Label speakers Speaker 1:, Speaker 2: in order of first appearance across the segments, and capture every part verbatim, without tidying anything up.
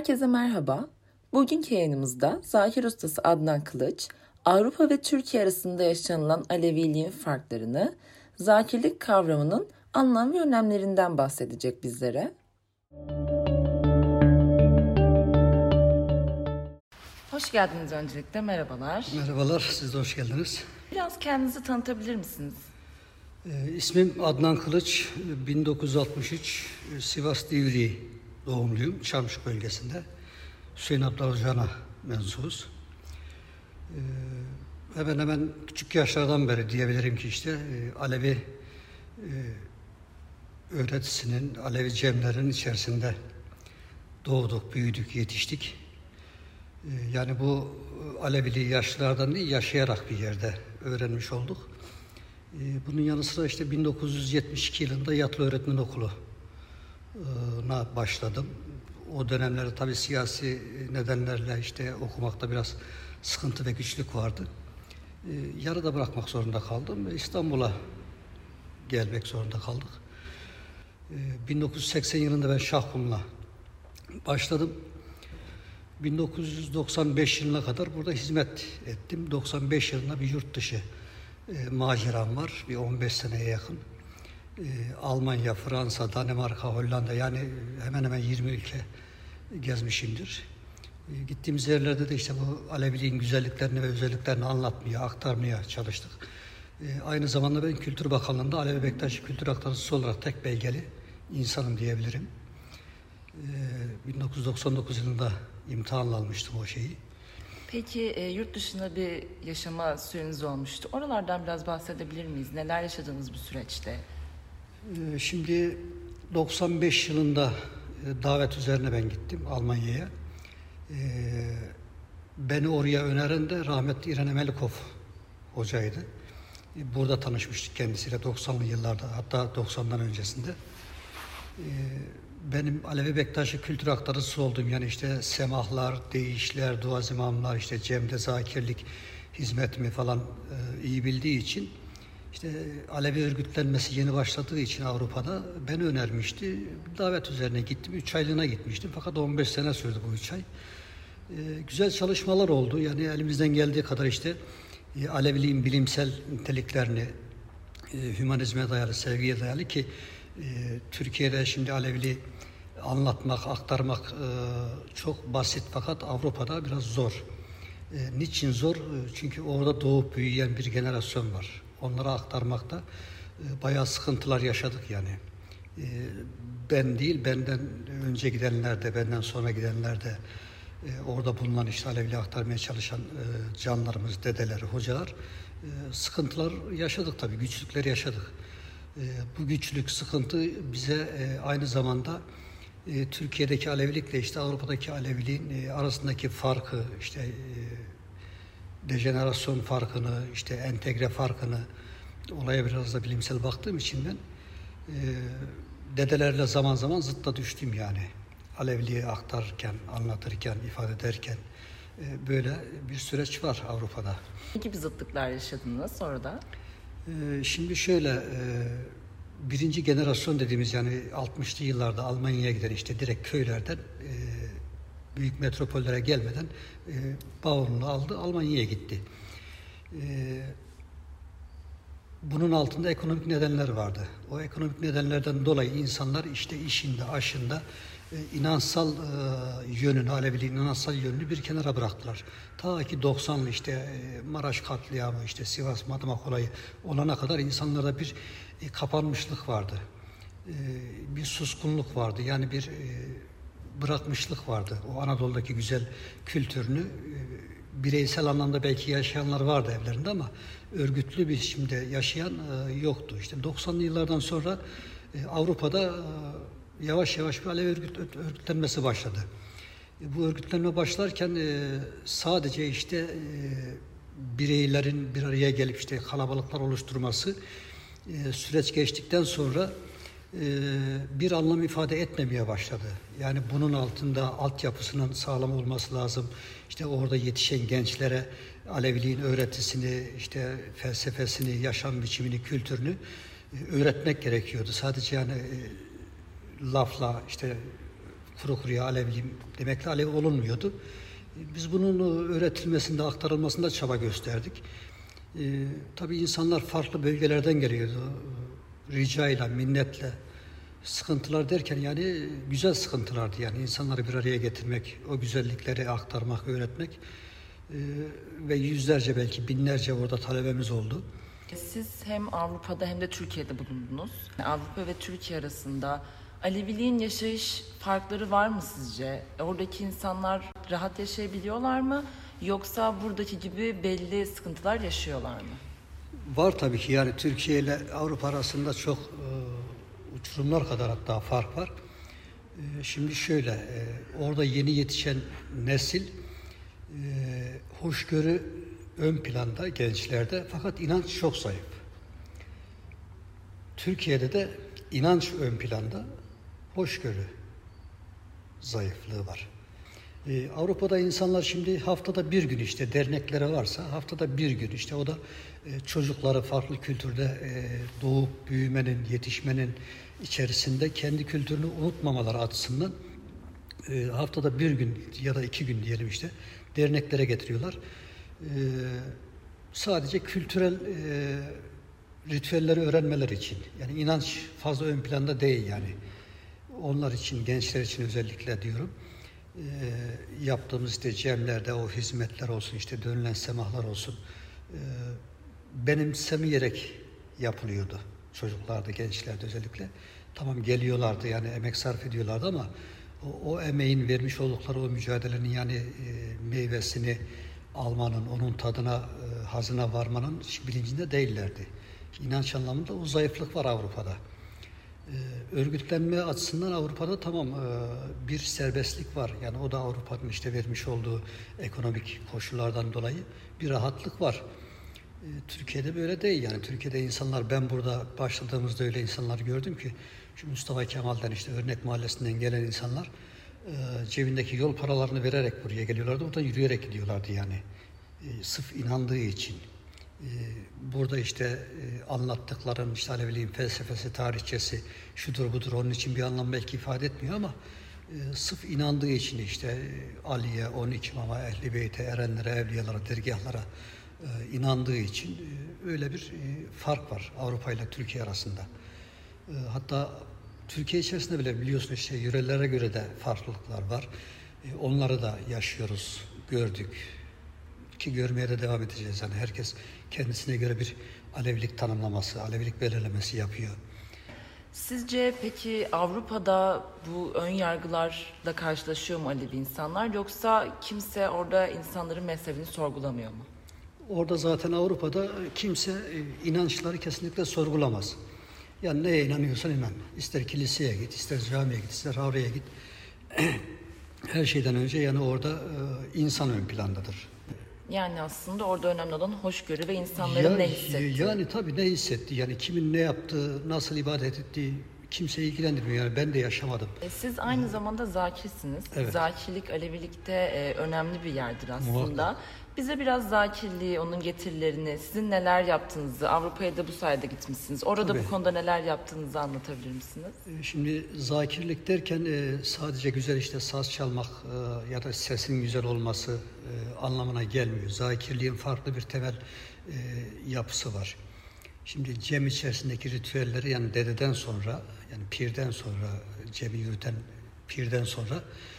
Speaker 1: Herkese merhaba. Bugünkü yayınımızda Zakir Ustası Adnan Kılıç, Avrupa ve Türkiye arasında yaşanılan Aleviliğin farklarını, Zakirlik kavramının anlam ve önemlerinden bahsedecek bizlere. Hoş geldiniz öncelikle, merhabalar.
Speaker 2: Merhabalar, siz de hoş geldiniz.
Speaker 1: Biraz kendinizi tanıtabilir misiniz?
Speaker 2: Ee, ismim Adnan Kılıç, bin dokuz yüz altmış üç Sivas Divriği doğumluyum, Çamşık bölgesinde. Hüseyin Abdal Hoca'na mensubuz. Ee, hemen hemen küçük yaşlardan beri diyebilirim ki işte e, Alevi e, öğretisinin, Alevi cemlerinin içerisinde doğduk, büyüdük, yetiştik. Ee, yani bu Aleviliği yaşlılardan değil, yaşayarak bir yerde öğrenmiş olduk. Bunun yanı sıra işte bin dokuz yüz yetmiş iki yılında Yatılı Öğretmen Okulu'na başladım. O dönemlerde tabii siyasi nedenlerle işte okumakta biraz sıkıntı ve güçlük vardı. Yarıda bırakmak zorunda kaldım ve İstanbul'a gelmek zorunda kaldık. bin dokuz yüz seksen yılında ben Şahkum'la başladım. bin dokuz yüz doksan beş yılına kadar burada hizmet ettim. doksan beş yılında bir yurt dışı E, maceram var. Bir on beş seneye yakın. E, Almanya, Fransa, Danimarka, Hollanda yani hemen hemen yirmi ülke gezmişimdir. E, gittiğimiz yerlerde de işte bu Aleviliğin güzelliklerini ve özelliklerini anlatmaya, aktarmaya çalıştık. E, aynı zamanda ben Kültür Bakanlığı'nda Alevi Bektaşi Kültür Aktarıcısı olarak tek belgeli insanım diyebilirim. E, bin dokuz yüz doksan dokuz yılında imtihanla almıştım o şeyi.
Speaker 1: Peki e, yurt dışında bir yaşama süreniz olmuştu. Oralardan biraz bahsedebilir miyiz? Neler yaşadınız bu süreçte?
Speaker 2: E, şimdi doksan beş yılında e, davet üzerine ben gittim Almanya'ya. E, beni oraya öneren de rahmetli İrem Melikov hocaydı. E, burada tanışmıştık kendisiyle doksanlı yıllarda, hatta doksandan öncesinde. E, Benim Alevi Bektaşi kültür aktarıcısı olduğum yani işte semahlar, deyişler, duazimamlar, işte cemde zakirlik hizmetimi falan e, iyi bildiği için işte Alevi örgütlenmesi yeni başladığı için Avrupa'da beni önermişti. Davet üzerine gittim. Üç aylığına gitmiştim. Fakat on beş sene sürdü bu üç ay. E, güzel çalışmalar oldu. Yani elimizden geldiği kadar işte e, Aleviliğin bilimsel niteliklerini e, hümanizme dayalı, sevgiye dayalı ki e, Türkiye'de şimdi Aleviliği anlatmak, aktarmak e, çok basit fakat Avrupa'da biraz zor. E, niçin zor? E, çünkü orada doğup büyüyen bir jenerasyon var. Onlara aktarmakta e, bayağı sıkıntılar yaşadık yani. E, ben değil, benden önce gidenler de, benden sonra gidenler de e, orada bulunan işte Aleviliği aktarmaya çalışan e, canlarımız, dedeler, hocalar e, sıkıntılar yaşadık tabii, güçlükler yaşadık. E, bu güçlük, sıkıntı bize e, aynı zamanda E, Türkiye'deki Alevilikle işte Avrupa'daki Aleviliğin e, arasındaki farkı, işte e, dejenerasyon farkını, işte entegre farkını, olaya biraz da bilimsel baktığım için ben e, dedelerle zaman zaman zıtta düştüm yani. Aleviliği aktarırken, anlatırken, ifade ederken e, böyle bir süreç var Avrupa'da.
Speaker 1: Ne gibi zıtlıklar yaşadınız orada?
Speaker 2: E, şimdi şöyle... E, Birinci jenerasyon dediğimiz yani altmışlı yıllarda Almanya'ya giden işte direkt köylerden e, büyük metropollere gelmeden e, bavulunu aldı Almanya'ya gitti. E, bunun altında ekonomik nedenler vardı. O ekonomik nedenlerden dolayı insanlar işte işinde, aşında e, inansal e, yönünü, Aleviliğin inansal yönünü bir kenara bıraktılar. Ta ki doksanlı işte e, Maraş katliamı, işte Sivas Madımak olayı olana kadar insanlarda bir e, kapanmışlık vardı. E, bir suskunluk vardı. Yani bir e, bırakmışlık vardı. O Anadolu'daki güzel kültürünü e, bireysel anlamda belki yaşayanlar vardı evlerinde ama örgütlü bir biçimde yaşayan e, yoktu. İşte doksanlı yıllardan sonra e, Avrupa'da e, yavaş yavaş bir Alevi örgüt, örgütlenmesi başladı. E, bu örgütlenme başlarken e, sadece işte e, bireylerin bir araya gelip işte kalabalıklar oluşturması e, süreç geçtikten sonra e, bir anlam ifade etmemeye başladı. Yani bunun altında altyapısının sağlam olması lazım. İşte orada yetişen gençlere Aleviliğin öğretisini, işte felsefesini, yaşam biçimini, kültürünü e, öğretmek gerekiyordu. Sadece yani e, lafla işte kuru kuruya Aleviyim demekle Alevi olunmuyordu. Biz bunun öğretilmesinde, aktarılmasında çaba gösterdik. E, tabii insanlar farklı bölgelerden geliyordu. Ricayla, minnetle, sıkıntılar derken yani güzel sıkıntılardı. Yani insanları bir araya getirmek, o güzellikleri aktarmak, öğretmek e, ve yüzlerce belki binlerce orada talebemiz oldu.
Speaker 1: Siz hem Avrupa'da hem de Türkiye'de bulundunuz. Avrupa ve Türkiye arasında Aleviliğin yaşayış farkları var mı sizce? Oradaki insanlar rahat yaşayabiliyorlar mı? Yoksa buradaki gibi belli sıkıntılar yaşıyorlar mı?
Speaker 2: Var tabii ki, yani Türkiye ile Avrupa arasında çok e, uçurumlar kadar hatta fark var. E, şimdi şöyle, e, orada yeni yetişen nesil e, hoşgörü ön planda gençlerde, fakat inanç çok zayıf. Türkiye'de de inanç ön planda, hoşgörü zayıflığı var. Ee, Avrupa'da insanlar şimdi haftada bir gün, işte dernekleri varsa haftada bir gün, işte o da e, çocukları farklı kültürde e, doğup büyümenin, yetişmenin içerisinde kendi kültürünü unutmamaları açısından e, haftada bir gün ya da iki gün diyelim işte derneklere getiriyorlar. E, sadece kültürel e, ritüelleri öğrenmeleri için, yani inanç fazla ön planda değil yani. Onlar için, gençler için özellikle diyorum. E, yaptığımız işte cemlerde o hizmetler olsun, işte dönülen semahlar olsun, e, benimsemeyerek yapılıyordu çocuklarda, gençlerde özellikle. Tamam, geliyorlardı yani, emek sarf ediyorlardı ama o, o emeğin vermiş oldukları o mücadelenin yani e, meyvesini almanın, onun tadına, e, hazına varmanın hiç bilincinde değillerdi. İnanç anlamında o zayıflık var Avrupa'da. Ee, örgütlenme açısından Avrupa'da tamam e, bir serbestlik var. Yani o da Avrupa'nın işte vermiş olduğu ekonomik koşullardan dolayı bir rahatlık var. Ee, Türkiye'de böyle değil yani. Türkiye'de insanlar, ben burada başladığımızda öyle insanlar gördüm ki, şu Mustafa Kemal'den işte Örnek Mahallesi'nden gelen insanlar e, cebindeki yol paralarını vererek buraya geliyorlardı. Oradan yürüyerek gidiyorlardı yani. E, sırf inandığı için. Burada işte anlattıkların, işte Aleviliğin felsefesi, tarihçesi, şudur budur, onun için bir anlam belki ifade etmiyor ama sırf inandığı için işte Ali'ye, on iki imama, Ehl-i Beyt'e, erenlere, evliyalara, dergahlara inandığı için öyle bir fark var Avrupa ile Türkiye arasında. Hatta Türkiye içerisinde bile biliyorsunuz işte yörelere göre de farklılıklar var. Onları da yaşıyoruz, gördük. Ki görmeye de devam edeceğiz. Yani herkes kendisine göre bir Alevilik tanımlaması, Alevilik belirlemesi yapıyor.
Speaker 1: Sizce peki Avrupa'da bu ön yargılarla karşılaşıyor mu Alevi insanlar, yoksa kimse orada insanların mezhebini sorgulamıyor mu?
Speaker 2: Orada zaten Avrupa'da kimse inançları kesinlikle sorgulamaz. Yani neye inanıyorsan inan. İster kiliseye git, ister camiye git, ister oraya git. Her şeyden önce yani orada insan ön plandadır.
Speaker 1: Yani aslında orada önemli olan hoşgörü ve insanların
Speaker 2: ya,
Speaker 1: ne hissettiği.
Speaker 2: Yani tabii ne hissetti, yani kimin ne yaptığı, nasıl ibadet ettiği kimseyi ilgilendirmiyor. Yani ben de yaşamadım.
Speaker 1: E, siz aynı zamanda zakirsiniz.
Speaker 2: Evet.
Speaker 1: Zakirlik Alevilikte e, önemli bir yerdir aslında.
Speaker 2: Muhakkak.
Speaker 1: Bize biraz zakirliği, onun getirilerini, sizin neler yaptığınızı, Avrupa'ya da bu sayede gitmişsiniz. Orada
Speaker 2: Tabii.
Speaker 1: bu konuda neler yaptığınızı anlatabilir misiniz?
Speaker 2: Şimdi zakirlik derken sadece güzel işte saz çalmak ya da sesin güzel olması anlamına gelmiyor. Zakirliğin farklı bir temel yapısı var. Şimdi cem içerisindeki ritüelleri, yani dededen sonra, yani pirden sonra, cemi yürüten pirden sonra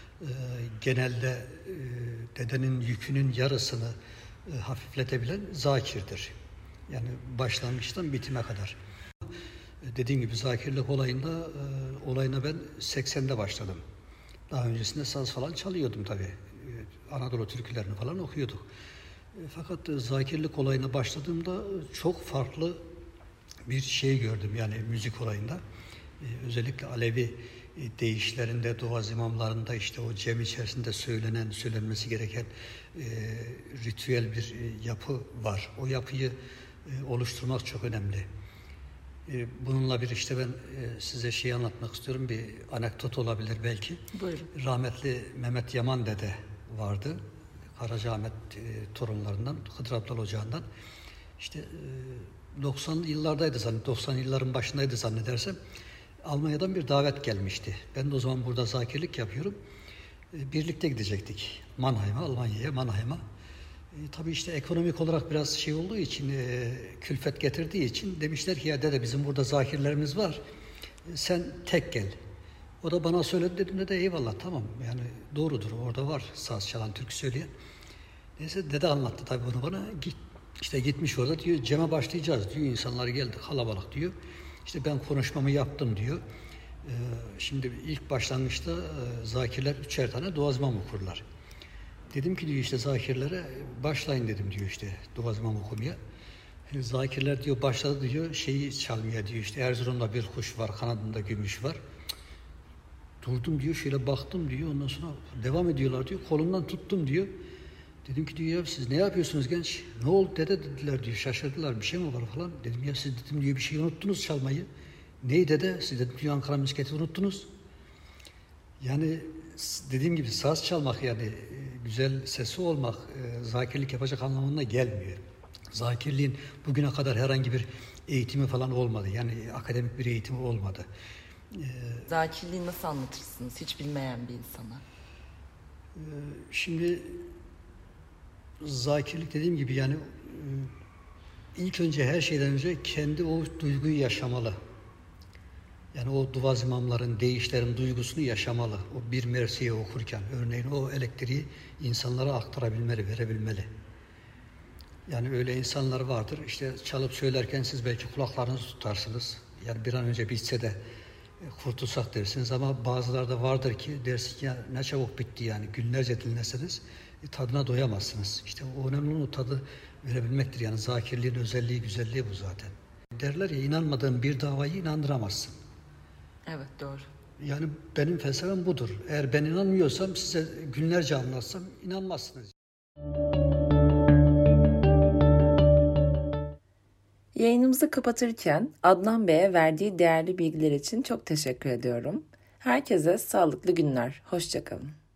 Speaker 2: genelde dedenin yükünün yarısını hafifletebilen zakirdir. Yani başlangıçtan bitime kadar. Dediğim gibi zakirlik olayında e, olayına ben seksende başladım. Daha öncesinde saz falan çalıyordum tabii. E, Anadolu türkülerini falan okuyorduk. E, fakat e, zakirlik olayına başladığımda çok farklı bir şey gördüm yani müzik olayında. E, özellikle Alevi e, deyişlerinde, duaz imamlarında işte o cem içerisinde söylenen, söylenmesi gereken e, ritüel bir e, yapı var. O yapıyı e, oluşturmak çok önemli. Bununla bir işte ben size şey anlatmak istiyorum. Bir anekdot olabilir belki.
Speaker 1: Buyurun.
Speaker 2: Rahmetli Mehmet Yaman dede vardı. Karacaahmet torunlarından, Hıdır Abdal Ocağı'ndan. İşte doksanlı yıllardaydı zannedersem, doksanlı yılların başındaydı zannedersem. Almanya'dan bir davet gelmişti. Ben de o zaman burada zakirlik yapıyorum. E, birlikte gidecektik Mannheim'a, Almanya'ya, Mannheim'a. E, tabii işte ekonomik olarak biraz şey olduğu için, e, külfet getirdiği için demişler ki ya dede bizim burada zakirlerimiz var. E, sen tek gel. O da bana söyledi, dedim de eyvallah tamam yani doğrudur, orada var saz çalan, türkü söyleyen. Neyse dede anlattı tabii bunu bana. Git, işte gitmiş orada diyor ceme başlayacağız diyor, insanlar geldi kalabalık diyor. İşte ben konuşmamı yaptım diyor. Ee, şimdi ilk başlangıçta e, zakirler üçer tane duazmam okurlar. Dedim ki diyor işte zakirlere başlayın dedim diyor işte duazmam okumaya. E, zakirler diyor başladı diyor şeyi çalmaya diyor işte Erzurum'da bir kuş var, kanadında gümüş var. Durdum diyor şöyle baktım diyor, ondan sonra devam ediyorlar diyor, kolundan tuttum diyor. Dedim ki diyor ya siz ne yapıyorsunuz genç? Ne oldu dede dediler diyor, şaşırdılar, bir şey mi var falan. Dedim ya siz dedim diyor bir şey unuttunuz çalmayı. Neyi dede? Siz dedim diyor Ankara misketi unuttunuz. Yani dediğim gibi saz çalmak yani e, güzel sesi olmak e, zakirlik yapacak anlamına gelmiyor. Zakirliğin bugüne kadar herhangi bir eğitimi falan olmadı. Yani akademik bir eğitimi olmadı.
Speaker 1: Zakirliği nasıl anlatırsınız hiç bilmeyen bir insana?
Speaker 2: Ee, Şimdi zakirlik dediğim gibi yani e, ilk önce her şeyden önce kendi o duyguyu yaşamalı. Yani o duvaz imamların, deyişlerin duygusunu yaşamalı. O bir mersiye okurken örneğin o elektriği insanlara aktarabilmeli, verebilmeli. Yani öyle insanlar vardır. İşte çalıp söylerken siz belki kulaklarınızı tutarsınız. Yani bir an önce bitse de e, kurtulsak dersiniz ama bazıları da vardır ki dersin ya ne çabuk bitti yani günlerce dinleseniz e, tadına doyamazsınız. İşte o önemli olan o tadı verebilmektir. Yani zakirliğin özelliği, güzelliği bu zaten. Derler ya inanmadığın bir davayı inandıramazsın.
Speaker 1: Evet doğru.
Speaker 2: Yani benim felsefem budur. Eğer ben inanmıyorsam size günlerce anlatsam inanmazsınız.
Speaker 1: Yayınımızı kapatırken Adnan Bey'e verdiği değerli bilgiler için çok teşekkür ediyorum. Herkese sağlıklı günler. Hoşça kalın.